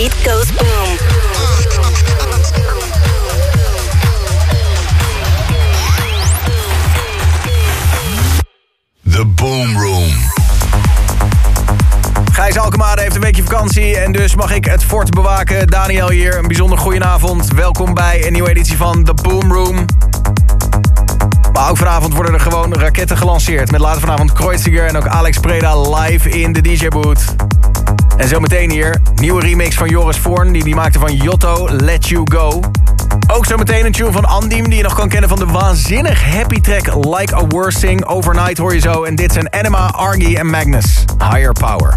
beat goes boom. The Boom Room. Gijs Alkemade heeft een weekje vakantie en dus mag ik het fort bewaken. Daniel hier, een bijzonder goedenavond. Welkom bij een nieuwe editie van The Boom Room. Maar ook vanavond worden er gewoon raketten gelanceerd. Met later vanavond Kreuziger en ook Alex Preda live in de DJ-booth. En zometeen hier, nieuwe remix van Joris Voorn. Die maakte van Jotto, Let You Go. Ook zometeen een tune van Andim die je nog kan kennen van de waanzinnig happy track Like a Worst Thing. Overnight hoor je zo. En dit zijn Enema, Argy en Magnus. Higher Power.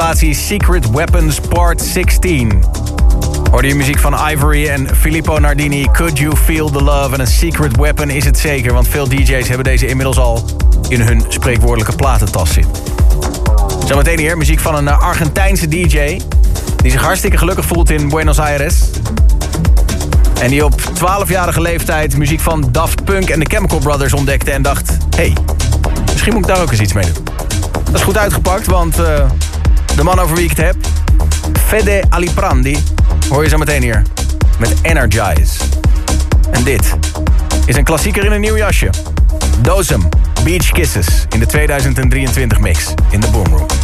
compilatie Secret Weapons Part 16. Hoorde je muziek van Ivory en Filippo Nardini. Could You Feel the Love? En een secret weapon is het zeker, want veel DJ's hebben deze inmiddels al in hun spreekwoordelijke platentas zitten. Zometeen hier muziek van een Argentijnse DJ die zich hartstikke gelukkig voelt in Buenos Aires. En die op 12-jarige leeftijd muziek van Daft Punk en de Chemical Brothers ontdekte en dacht, hey, misschien moet ik daar ook eens iets mee doen. Dat is goed uitgepakt, want de man over wie ik het heb, Fede Aliprandi, hoor je zo meteen hier met Energize. En dit is een klassieker in een nieuw jasje. Dozem, Beach Kisses in de 2023 mix in de Boom Room.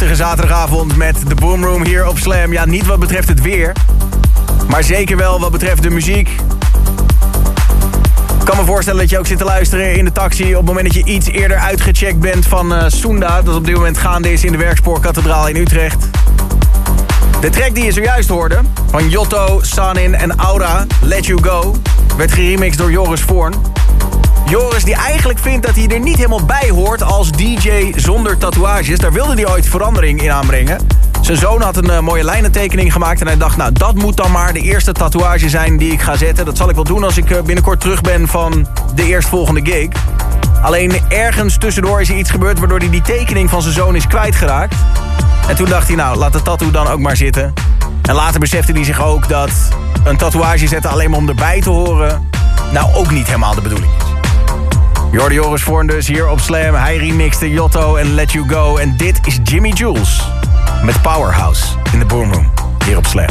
prachtige zaterdagavond met de Boom Room hier op Slam. Ja, niet wat betreft het weer, maar zeker wel wat betreft de muziek. Ik kan me voorstellen dat je ook zit te luisteren in de taxi op het moment dat je iets eerder uitgecheckt bent van Sunda, dat op dit moment gaande is in de Werkspoorkathedraal in Utrecht. De track die je zojuist hoorde, van Jotto, Sanin en Aura, Let You Go, werd geremixed door Joris Voorn. Joris die eigenlijk vindt dat hij er niet helemaal bij hoort als DJ zonder tatoeages. Daar wilde hij ooit verandering in aanbrengen. Zijn zoon had een mooie lijnentekening gemaakt en hij dacht, nou dat moet dan maar de eerste tatoeage zijn die ik ga zetten. Dat zal ik wel doen als ik binnenkort terug ben van de eerstvolgende gig. Alleen ergens tussendoor is er iets gebeurd waardoor hij die tekening van zijn zoon is kwijtgeraakt. En toen dacht hij, nou laat de tattoo dan ook maar zitten. En later besefte hij zich ook dat een tatoeage zetten alleen maar om erbij te horen nou ook niet helemaal de bedoeling is. Je hoorde Joris Voorn dus hier op Slam. Hij remixte Jotto en Let You Go. En dit is Jimmy Jules met Powerhouse in de Boom Room hier op Slam.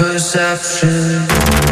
self-perception.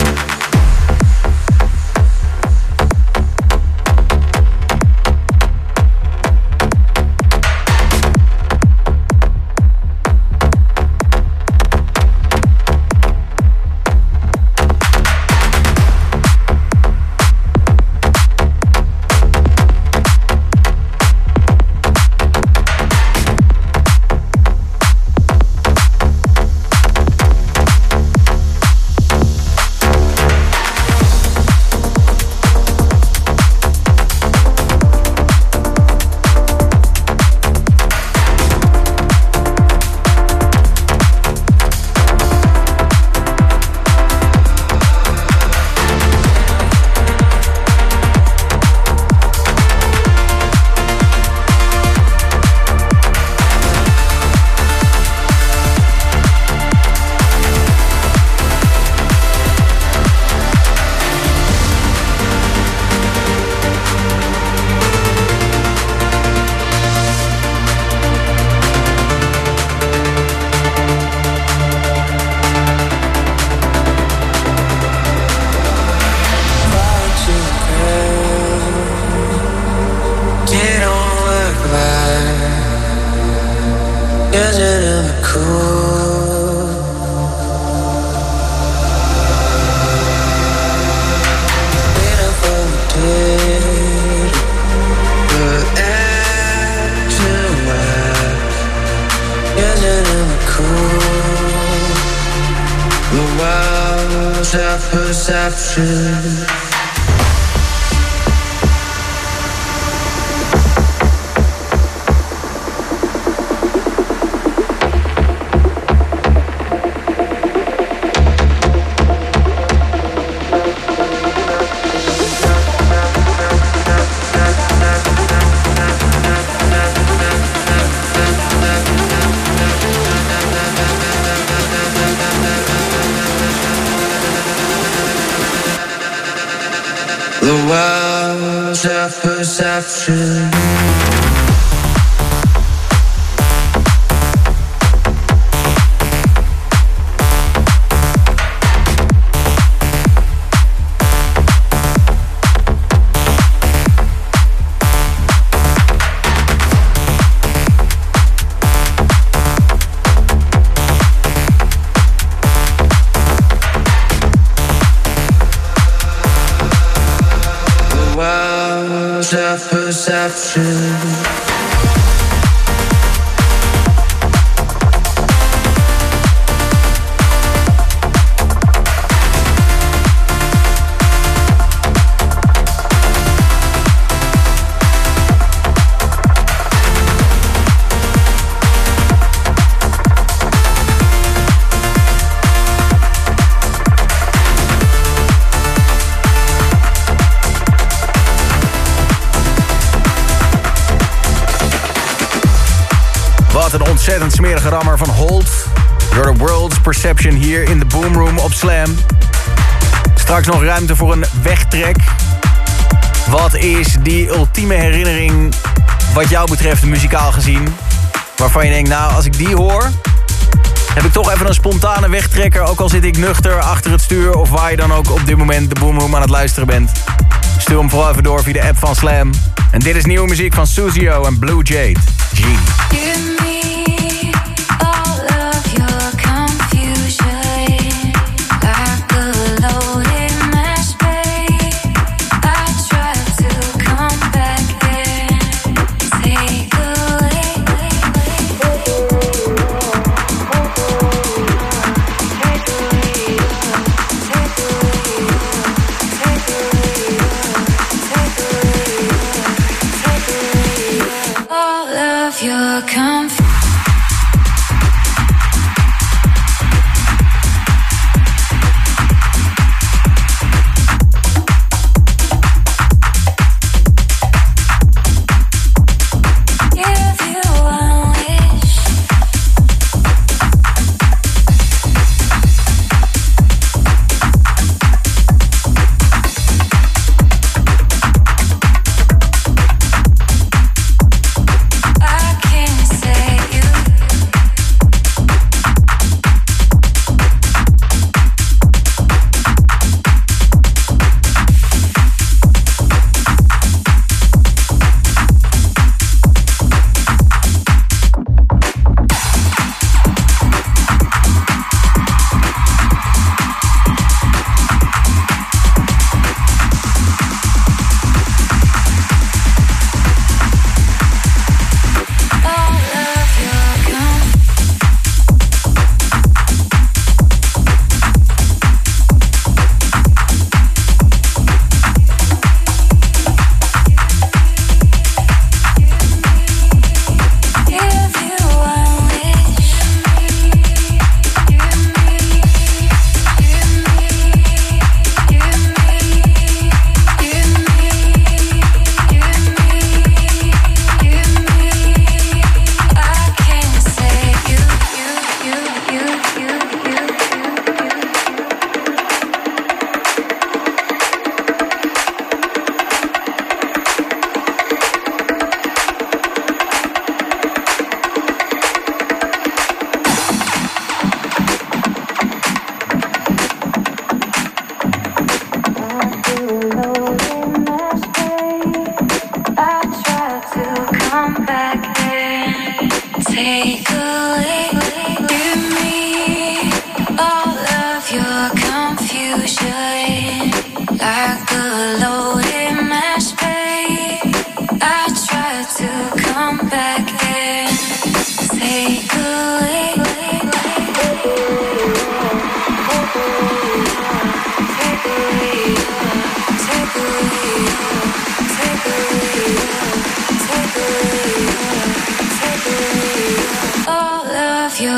Self-perception. The world's self-perception. Self-perception. Wat een ontzettend smerige rammer van Holt. Door de World's Perception hier in de Boomroom op Slam. Straks nog ruimte voor een wegtrek. Wat is die ultieme herinnering wat jou betreft muzikaal gezien? Waarvan je denkt, nou als ik die hoor, heb ik toch even een spontane wegtrekker. Ook al zit ik nuchter achter het stuur of waar je dan ook op dit moment de Boomroom aan het luisteren bent. Stuur hem vooral even door via de app van Slam. En dit is nieuwe muziek van Suzio en Blue Jade. G. Give me all of your confusion, like a loaded match, babe. I try to come back there, take away. All of your confusion. Say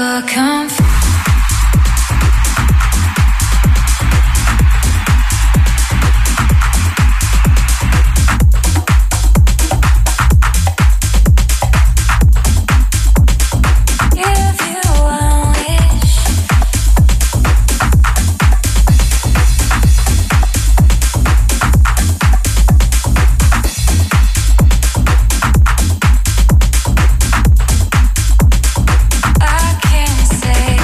your comfort. I can't say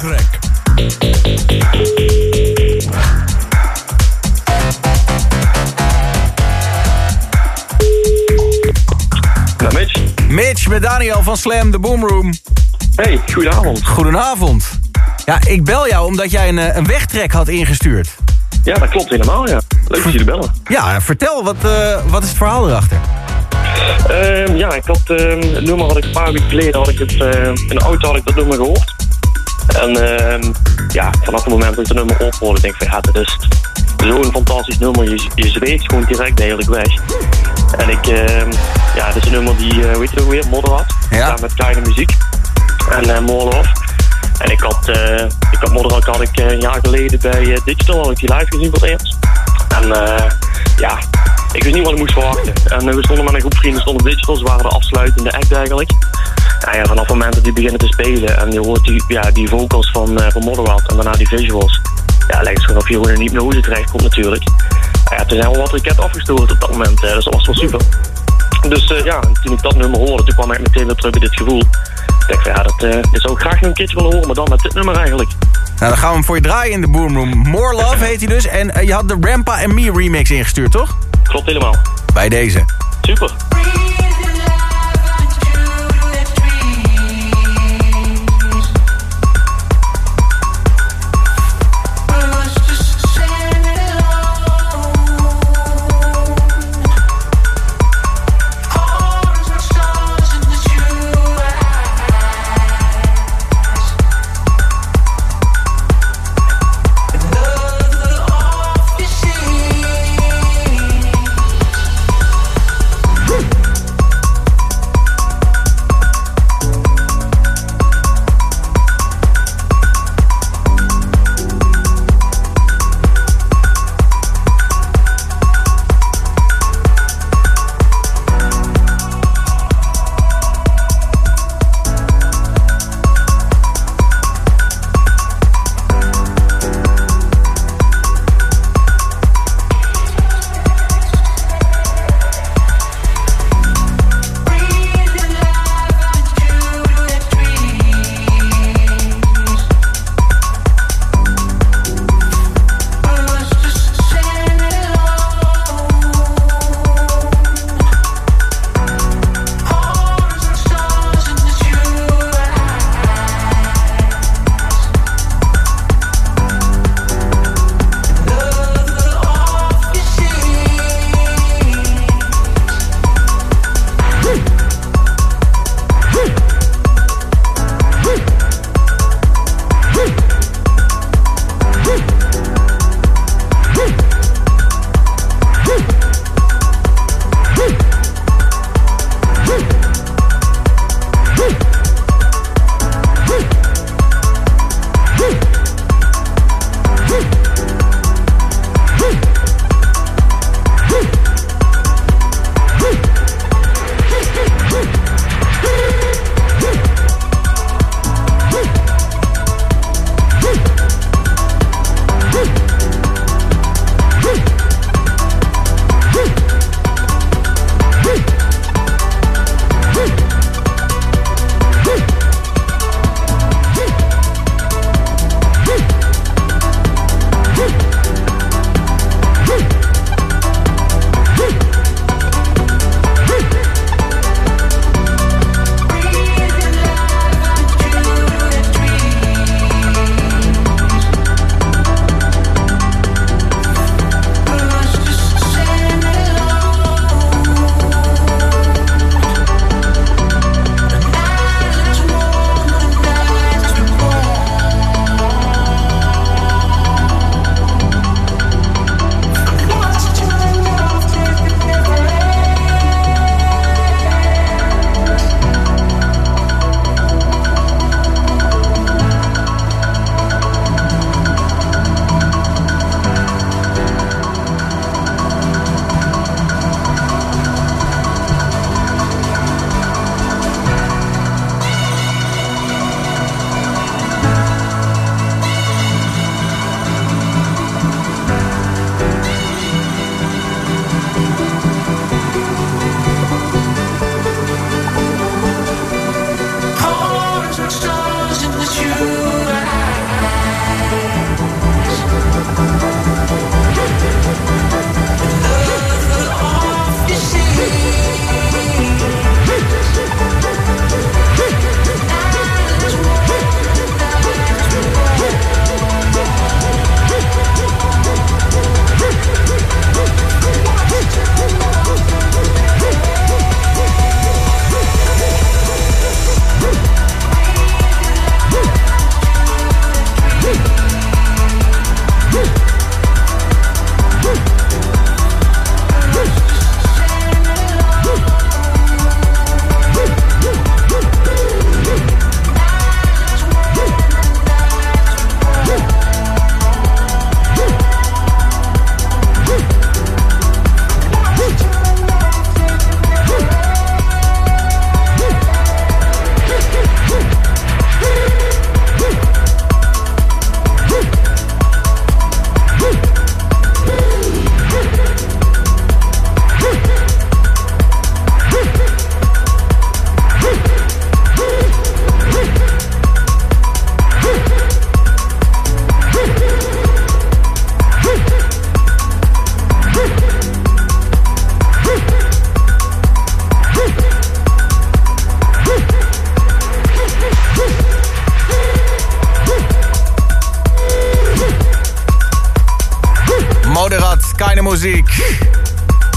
wegtrek. Nou, Mitch. Mitch met Daniel van Slam, de Boomroom. Hey, goedenavond. Goedenavond. Ja, ik bel jou omdat jij een wegtrek had ingestuurd. Ja, dat klopt helemaal, ja. Leuk dat jullie bellen. Ja, vertel, wat is het verhaal erachter? Ja, ik had het nummer had ik een paar weken geleden in de auto had ik dat nummer gehoord. En ja, vanaf het moment dat ik het nummer ophoorde, denk ik van ja, dat is zo'n fantastisch nummer. Je zweeft gewoon direct de hele weg. En ja, dat is een nummer die, weet je nog weer, Modder had. Ja. Samen met kleine muziek. En More Love. En ik had Modder had ik een jaar geleden bij Digital, had ik die live gezien voor het eerst. En ja, ik wist niet wat ik moest verwachten. En we stonden met een groep vrienden op Digital, ze waren de afsluitende act eigenlijk. En ja, vanaf het moment dat die beginnen te spelen en je hoort die vocals van Modderwaard en daarna die visuals. Ja, lijkt het gewoon of je gewoon in een hypnose terecht komt natuurlijk. Ja, toen zijn we wat raket afgestoten op dat moment, dus dat was wel super. Dus ja, toen ik dat nummer hoorde, toen kwam ik meteen weer terug bij dit gevoel. Ik dacht van ja, dat zou ik graag nog een keertje willen horen, maar dan met dit nummer eigenlijk. Nou, dan gaan we hem voor je draaien in de Boomroom. More Love heet hij dus. En je had de Rampa and Me remix ingestuurd, toch? Klopt helemaal. Bij deze. Super.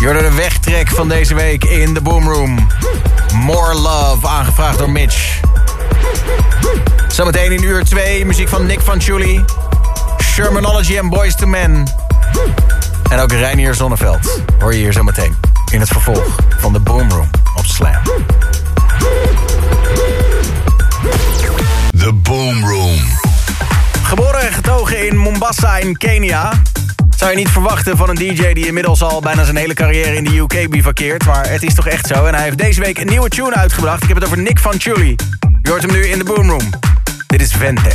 Jullie de wegtrek van deze week in de Boomroom. More Love, aangevraagd door Mitch. Zometeen in uur 2, muziek van Nick van Chuli. Shermanology en Boys to Men. En ook Reinier Zonneveld. Hoor je hier zometeen in het vervolg van de Boomroom op Slam. The Boomroom. Geboren en getogen in Mombasa in Kenia. Zou je niet verwachten van een DJ die inmiddels al bijna zijn hele carrière in de UK bivakkeert. Maar het is toch echt zo. En hij heeft deze week een nieuwe tune uitgebracht. Ik heb het over Nick van Chuli. Je hoort hem nu in de Boomroom. Dit is Vente.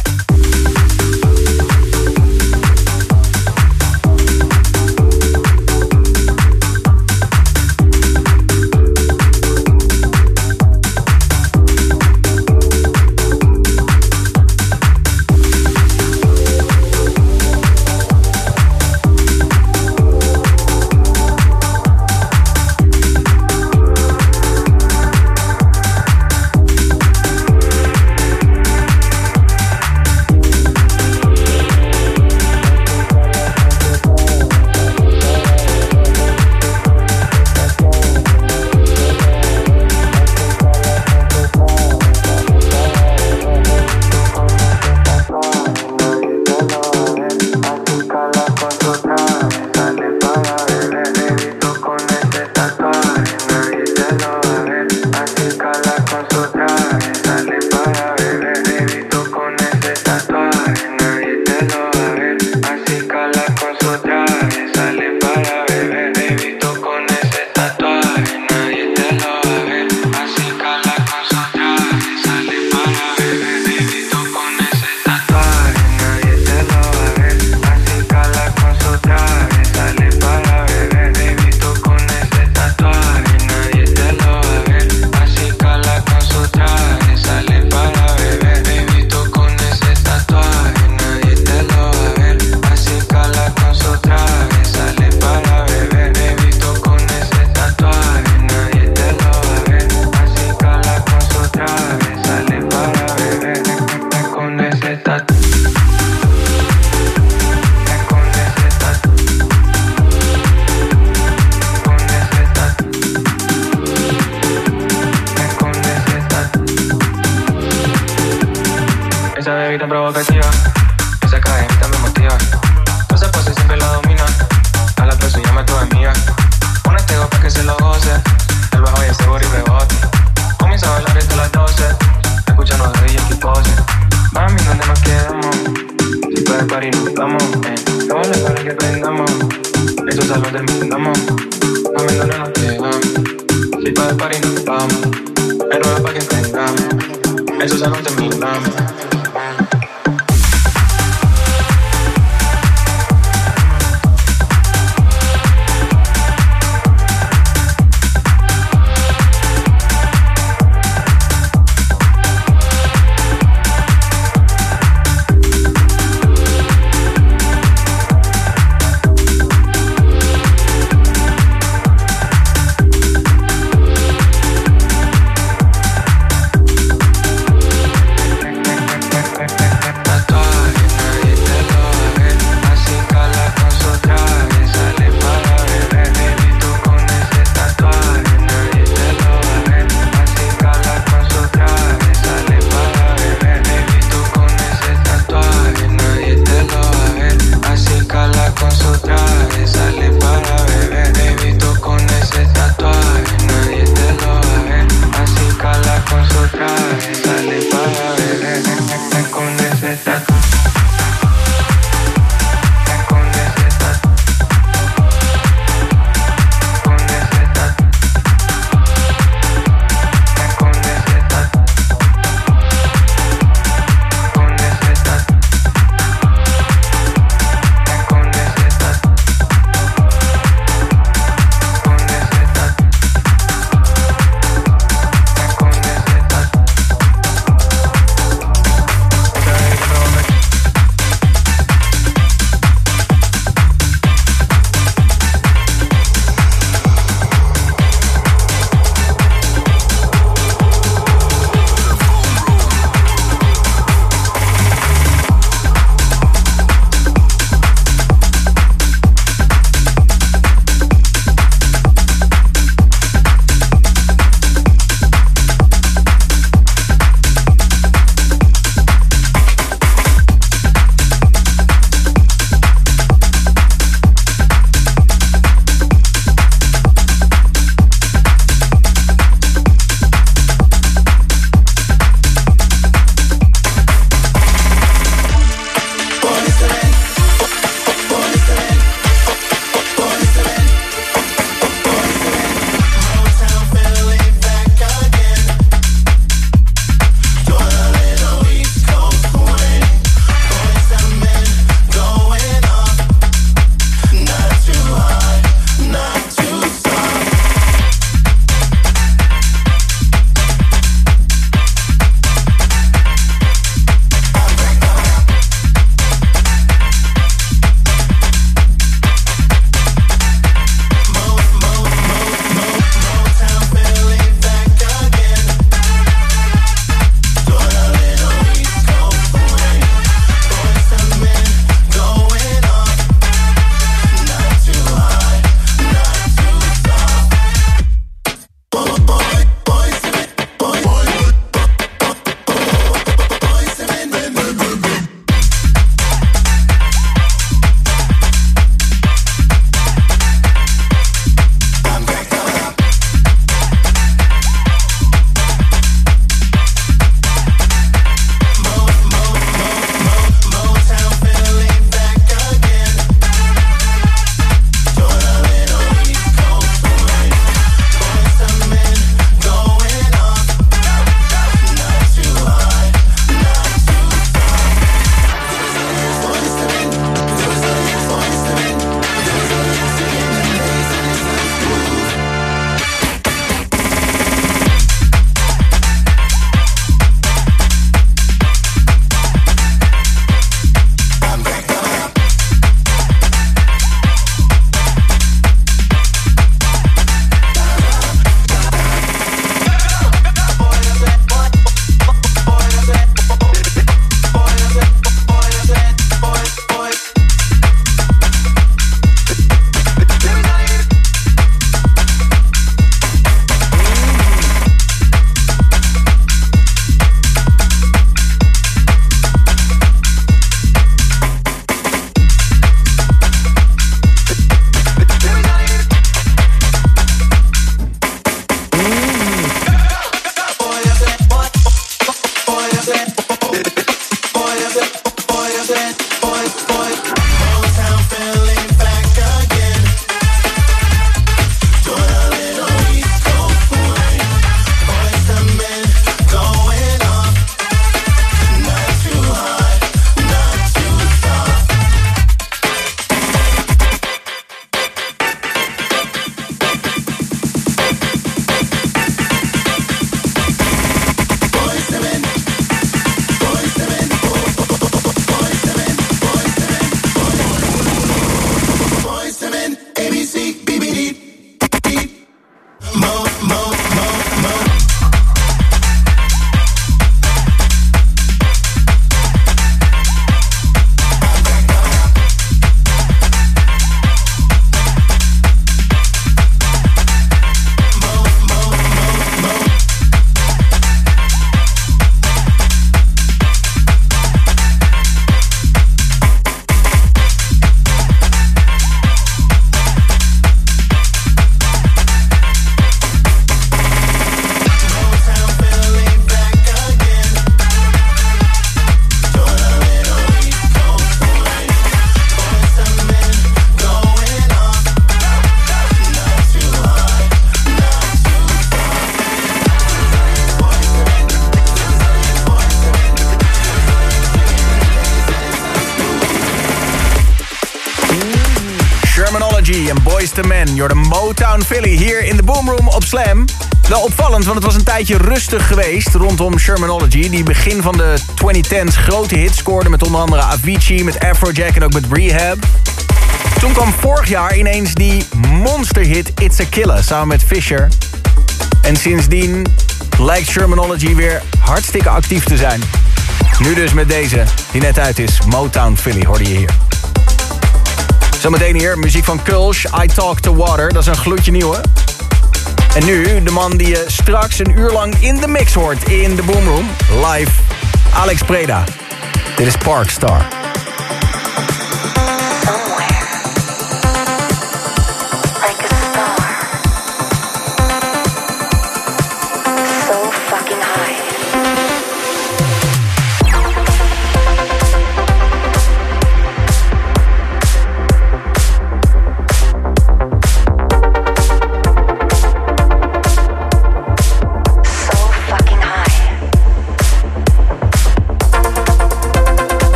en Boyz II Men. You're the Motown Philly hier in de Boomroom op Slam. Wel opvallend, want het was een tijdje rustig geweest rondom Shermanology, die begin van de 2010's grote hits scoorde met onder andere Avicii, met Afrojack en ook met Rehab. Toen kwam vorig jaar ineens die monsterhit It's a Killer samen met Fisher. En sindsdien lijkt Shermanology weer hartstikke actief te zijn. Nu dus met deze, die net uit is, Motown Philly, hoorde je hier. Zometeen hier, muziek van Kulsh, I Talk to Water, dat is een gloedje nieuwe. En nu de man die je straks een uur lang in de mix hoort in de Boomroom. Live, Alex Preda. Dit is Parkstar.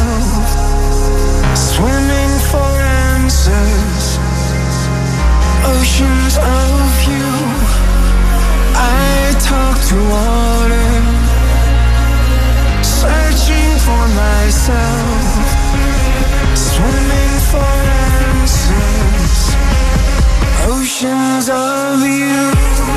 myself, swimming for answers, oceans of you. I talk to water, searching for myself, swimming for answers, oceans of you.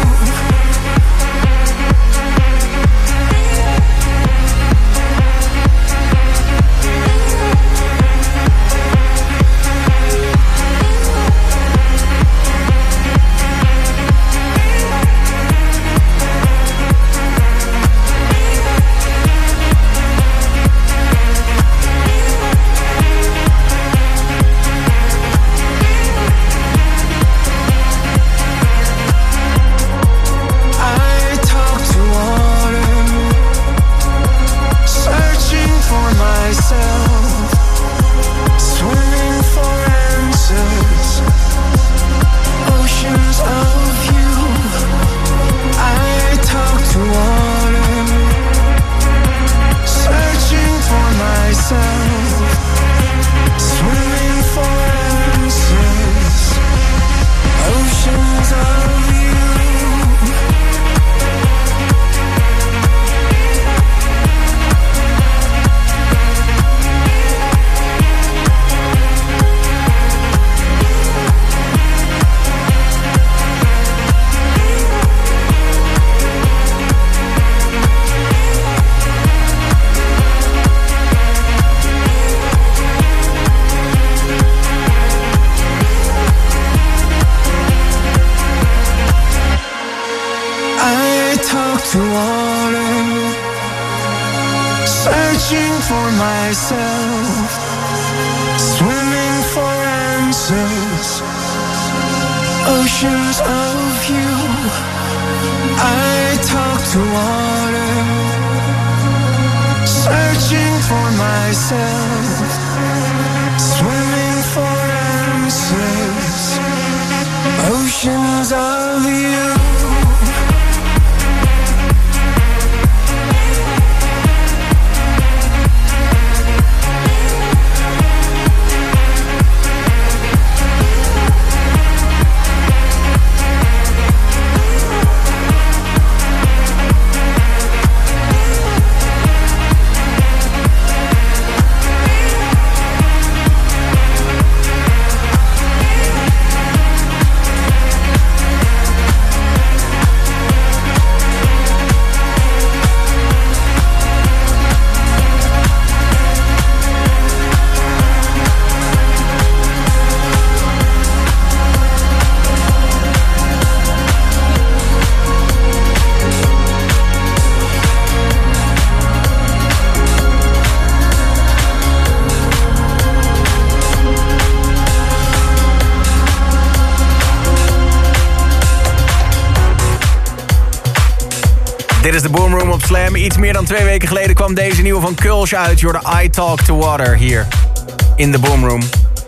Dit is de Boom Room op Slam. Iets meer dan 2 weken geleden kwam deze nieuwe van Kulsh uit. Je hoorde I Talk to Water hier in de Boom Room.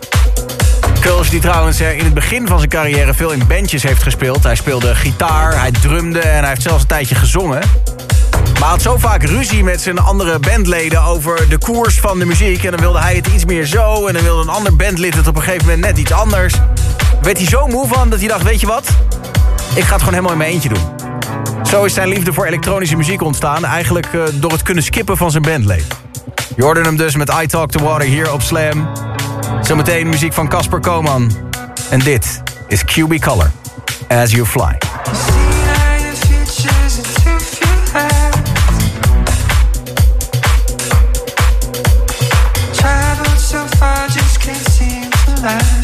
Kulsh die trouwens in het begin van zijn carrière veel in bandjes heeft gespeeld. Hij speelde gitaar, hij drumde en hij heeft zelfs een tijdje gezongen. Maar hij had zo vaak ruzie met zijn andere bandleden over de koers van de muziek. En dan wilde hij het iets meer zo en dan wilde een ander bandlid het op een gegeven moment net iets anders. Daar werd hij zo moe van dat hij dacht, weet je wat? Ik ga het gewoon helemaal in mijn eentje doen. Zo is zijn liefde voor elektronische muziek ontstaan. Eigenlijk door het kunnen skippen van zijn bandleden. Je hoorde hem dus met I Talk to Water hier op Slam. Zometeen muziek van Casper Koman. En dit is QB Color, As You Fly. Traveled so far, just can't seem to lie.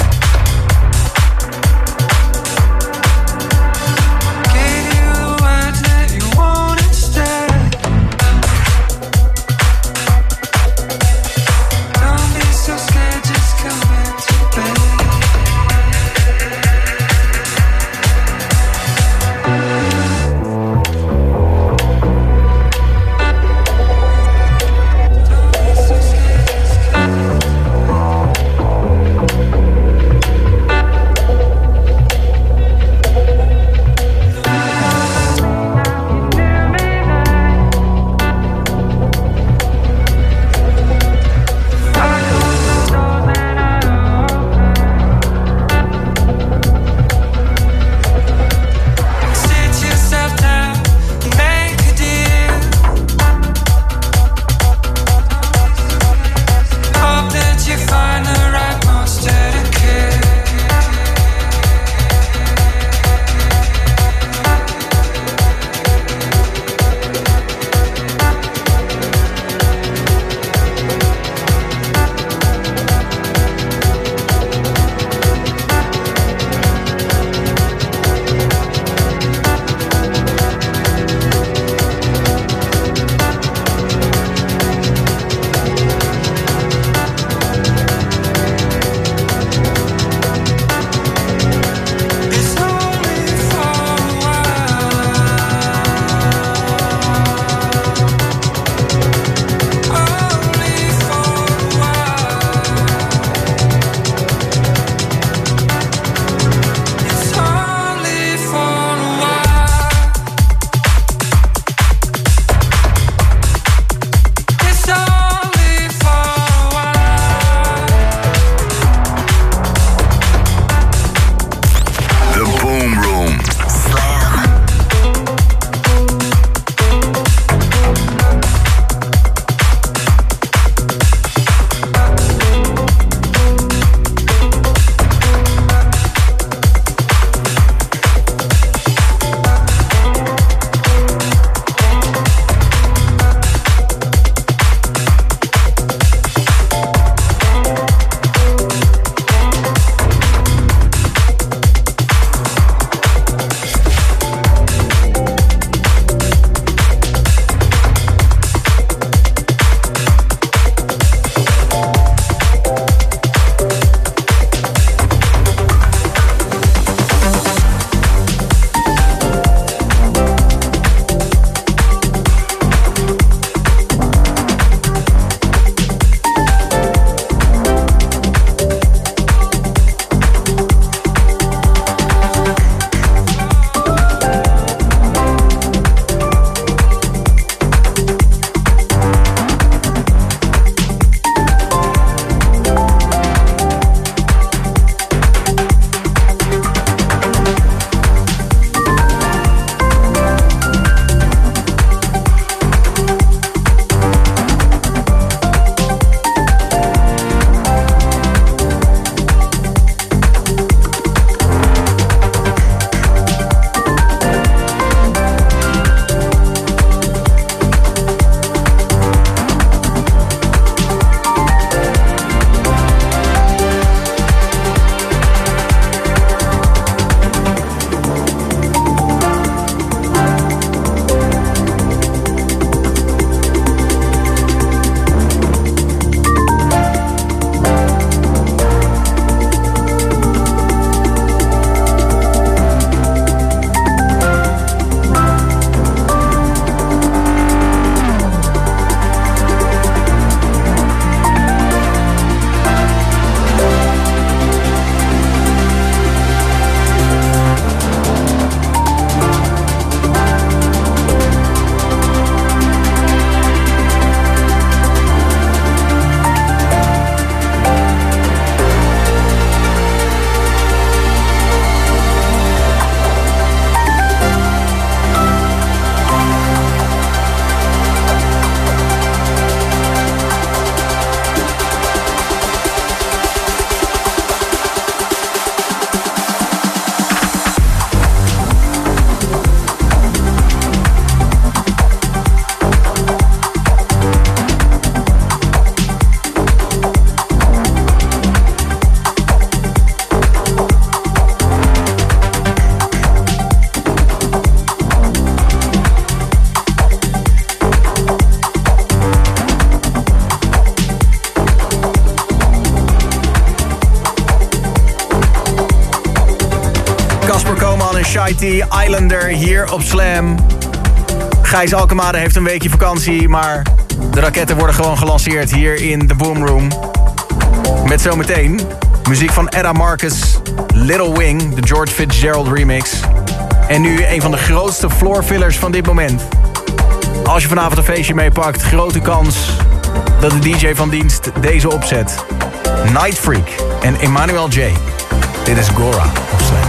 Shy T, Islander hier op Slam. Gijs Alkemade heeft een weekje vakantie, maar de raketten worden gewoon gelanceerd hier in de Boom Room. Met zometeen muziek van Edda Marcus, Little Wing, de George Fitzgerald remix. En nu een van de grootste floorfillers van dit moment. Als je vanavond een feestje meepakt, grote kans dat de DJ van dienst deze opzet. Night Freak en Emmanuel J. Dit is Gora op Slam.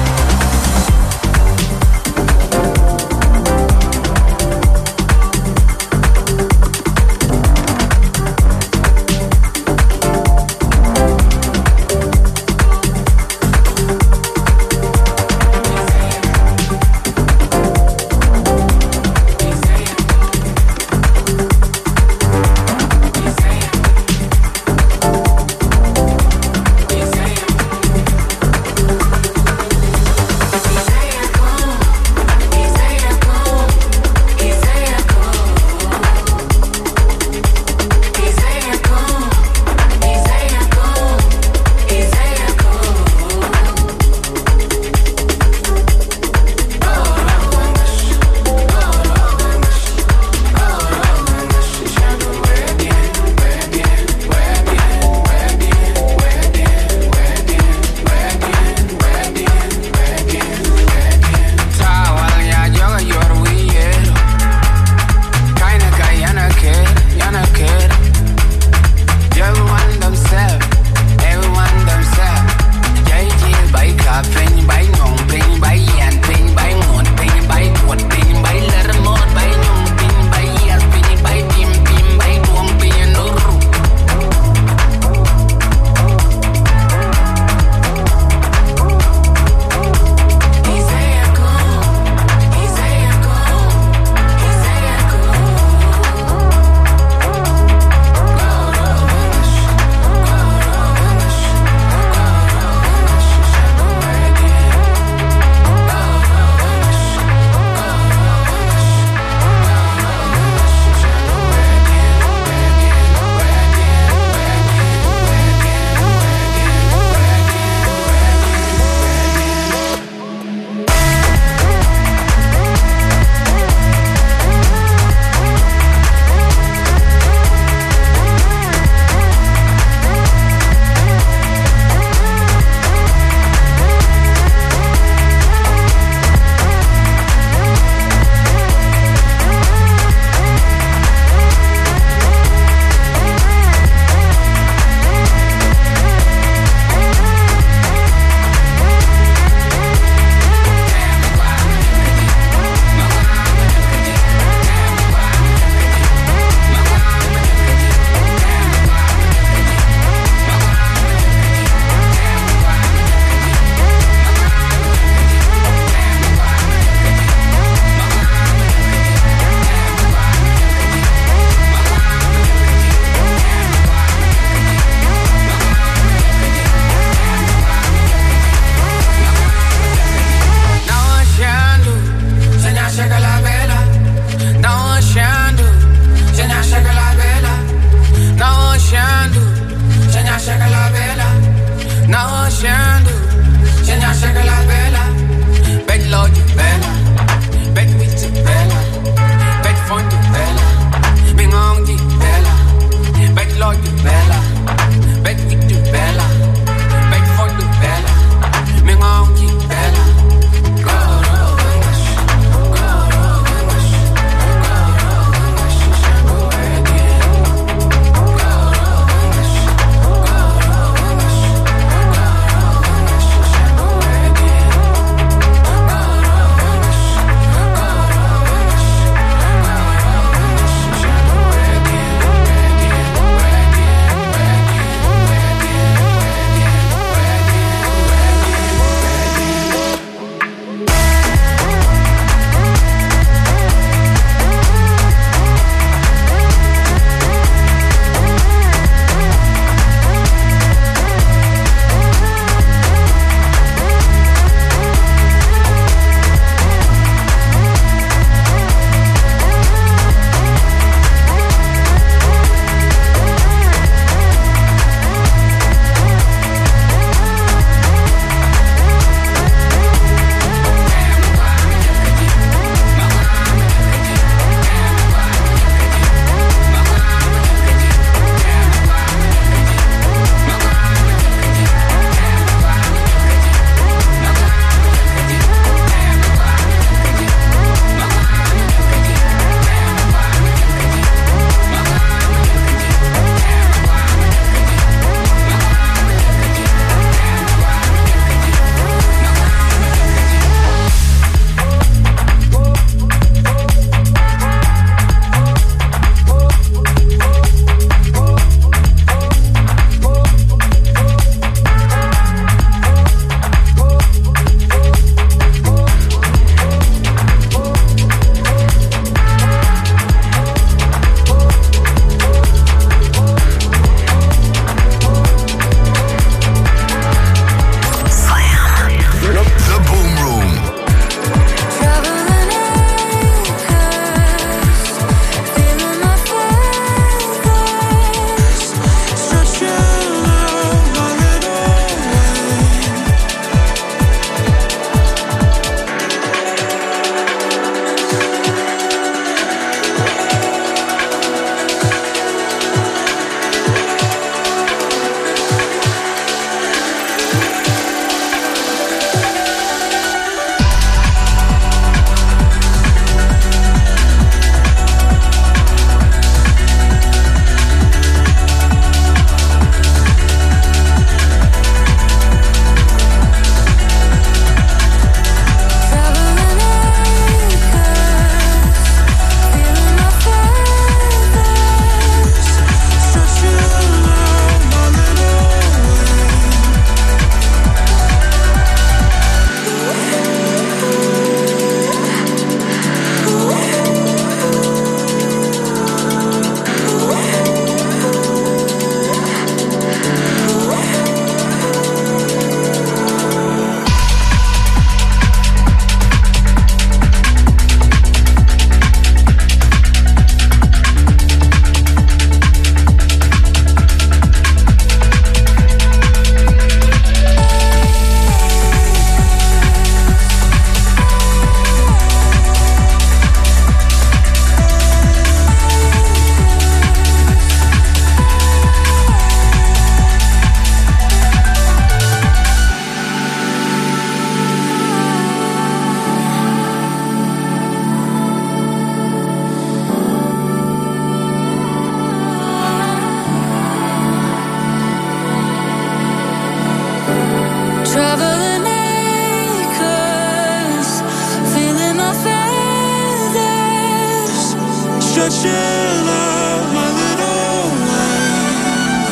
stretching out my little wings.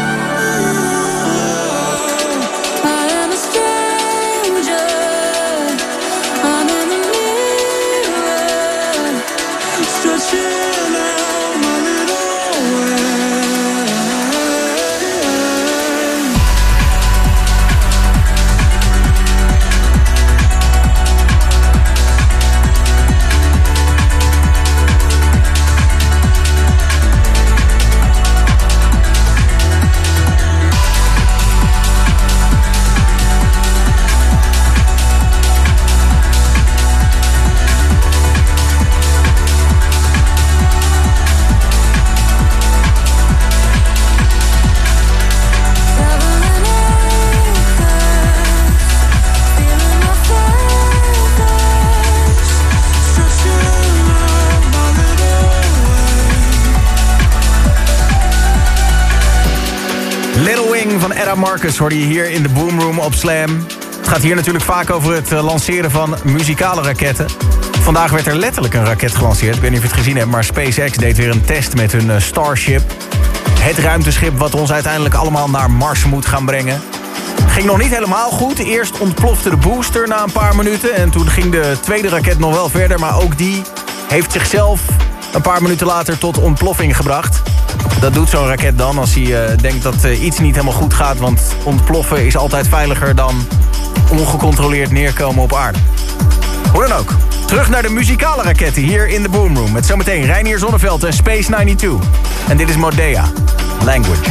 I am a stranger, I'm in the mirror, stretching out my little wings. Little Wing van Edda Marcus hoorde je hier in de Boom Room op Slam. Het gaat hier natuurlijk vaak over het lanceren van muzikale raketten. Vandaag werd er letterlijk een raket gelanceerd. Ik weet niet of je het gezien hebt, maar SpaceX deed weer een test met hun Starship. Het ruimteschip wat ons uiteindelijk allemaal naar Mars moet gaan brengen. Ging nog niet helemaal goed. Eerst ontplofte de booster na een paar minuten. En toen ging de tweede raket nog wel verder. Maar ook die heeft zichzelf een paar minuten later tot ontploffing gebracht. Dat doet zo'n raket dan als hij denkt dat iets niet helemaal goed gaat. Want ontploffen is altijd veiliger dan ongecontroleerd neerkomen op aarde. Hoe dan ook. Terug naar de muzikale raketten hier in de Boom Room. Met zometeen Reinier Zonneveld en Space 92. En dit is Modea. Language.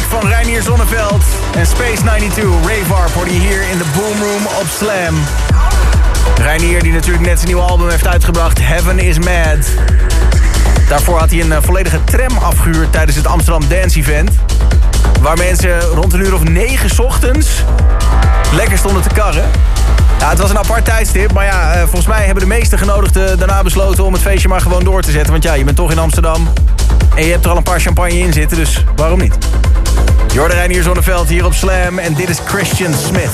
van Reinier Zonneveld en Space 92. Rave Warp hoorde je hier in de Boom Room op Slam. Reinier die natuurlijk net zijn nieuwe album heeft uitgebracht, Heaven is Mad. Daarvoor had hij een volledige tram afgehuurd tijdens het Amsterdam Dance Event. Waar mensen rond een uur of 9 's ochtends lekker stonden te karren. Ja, het was een apart tijdstip, maar ja, volgens mij hebben de meeste genodigden daarna besloten om het feestje maar gewoon door te zetten. Want ja, je bent toch in Amsterdam en je hebt er al een paar champagne in zitten, dus waarom niet? Jordan Reinier Zonneveld hier op Slam en dit is Christian Smith.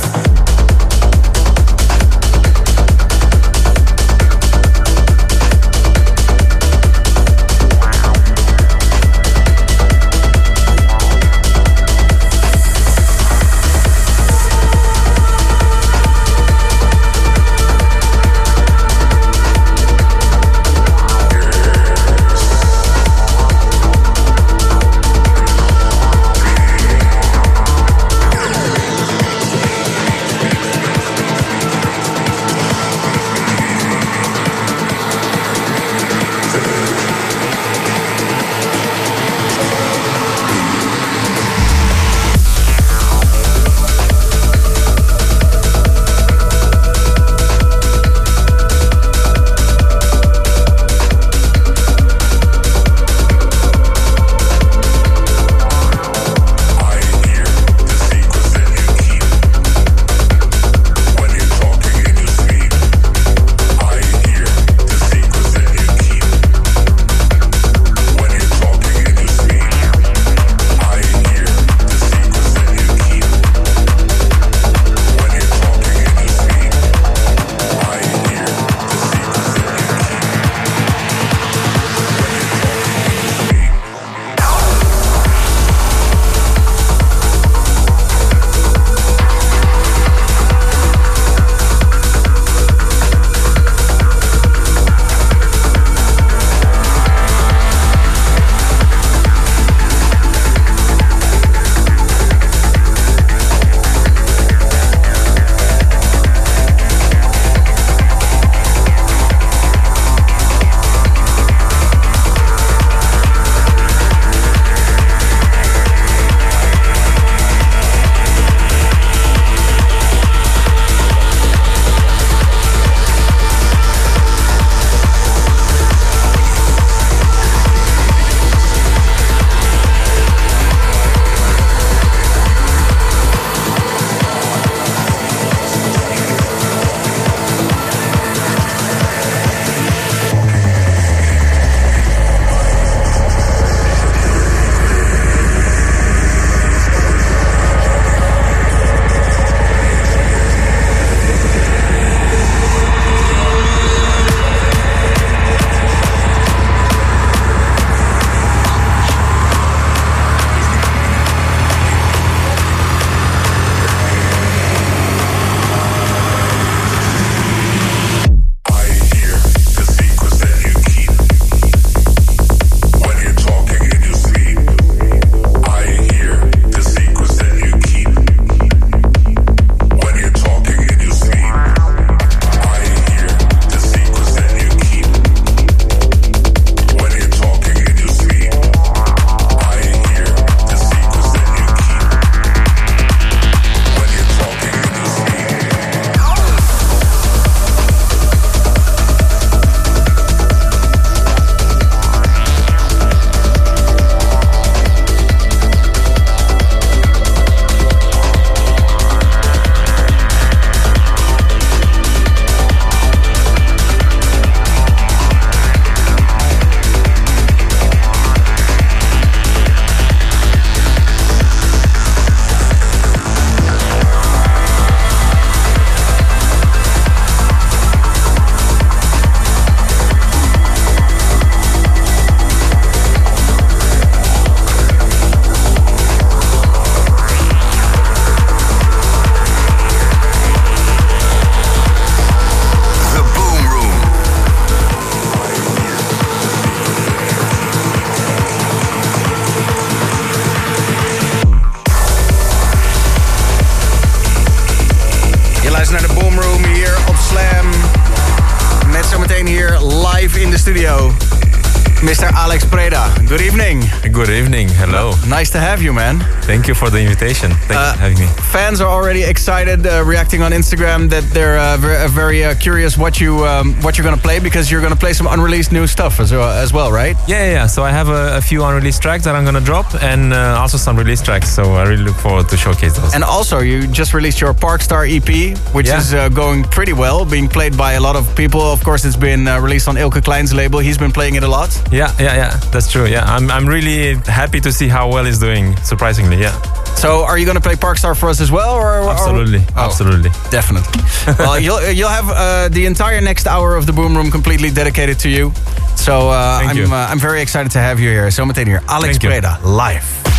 Mr. Alex Preda, good evening. Good evening, hello. Nice to have you, man. Thank you for the invitation. Thanks for having me. Fans are already excited, reacting on Instagram that they're very curious what you're going to play, because you're going to play some unreleased new stuff as well, right? Yeah. So I have a few unreleased tracks that I'm going to drop, and also some released tracks, so I really look forward to showcase those. And also, you just released your Parkstar EP, which is going pretty well, being played by a lot of people. Of course, it's been released on Ilke Klein's label. He's been playing it a lot. Yeah, that's true. Yeah, I'm really happy to see how well it's doing, surprisingly, yeah. So, are you going to play Parkstar for us as well? Absolutely. Definitely. Well, you'll have the entire next hour of the Boom Room completely dedicated to you. So, I'm very excited to have you here. Zometeen hier, Alex Preda, live.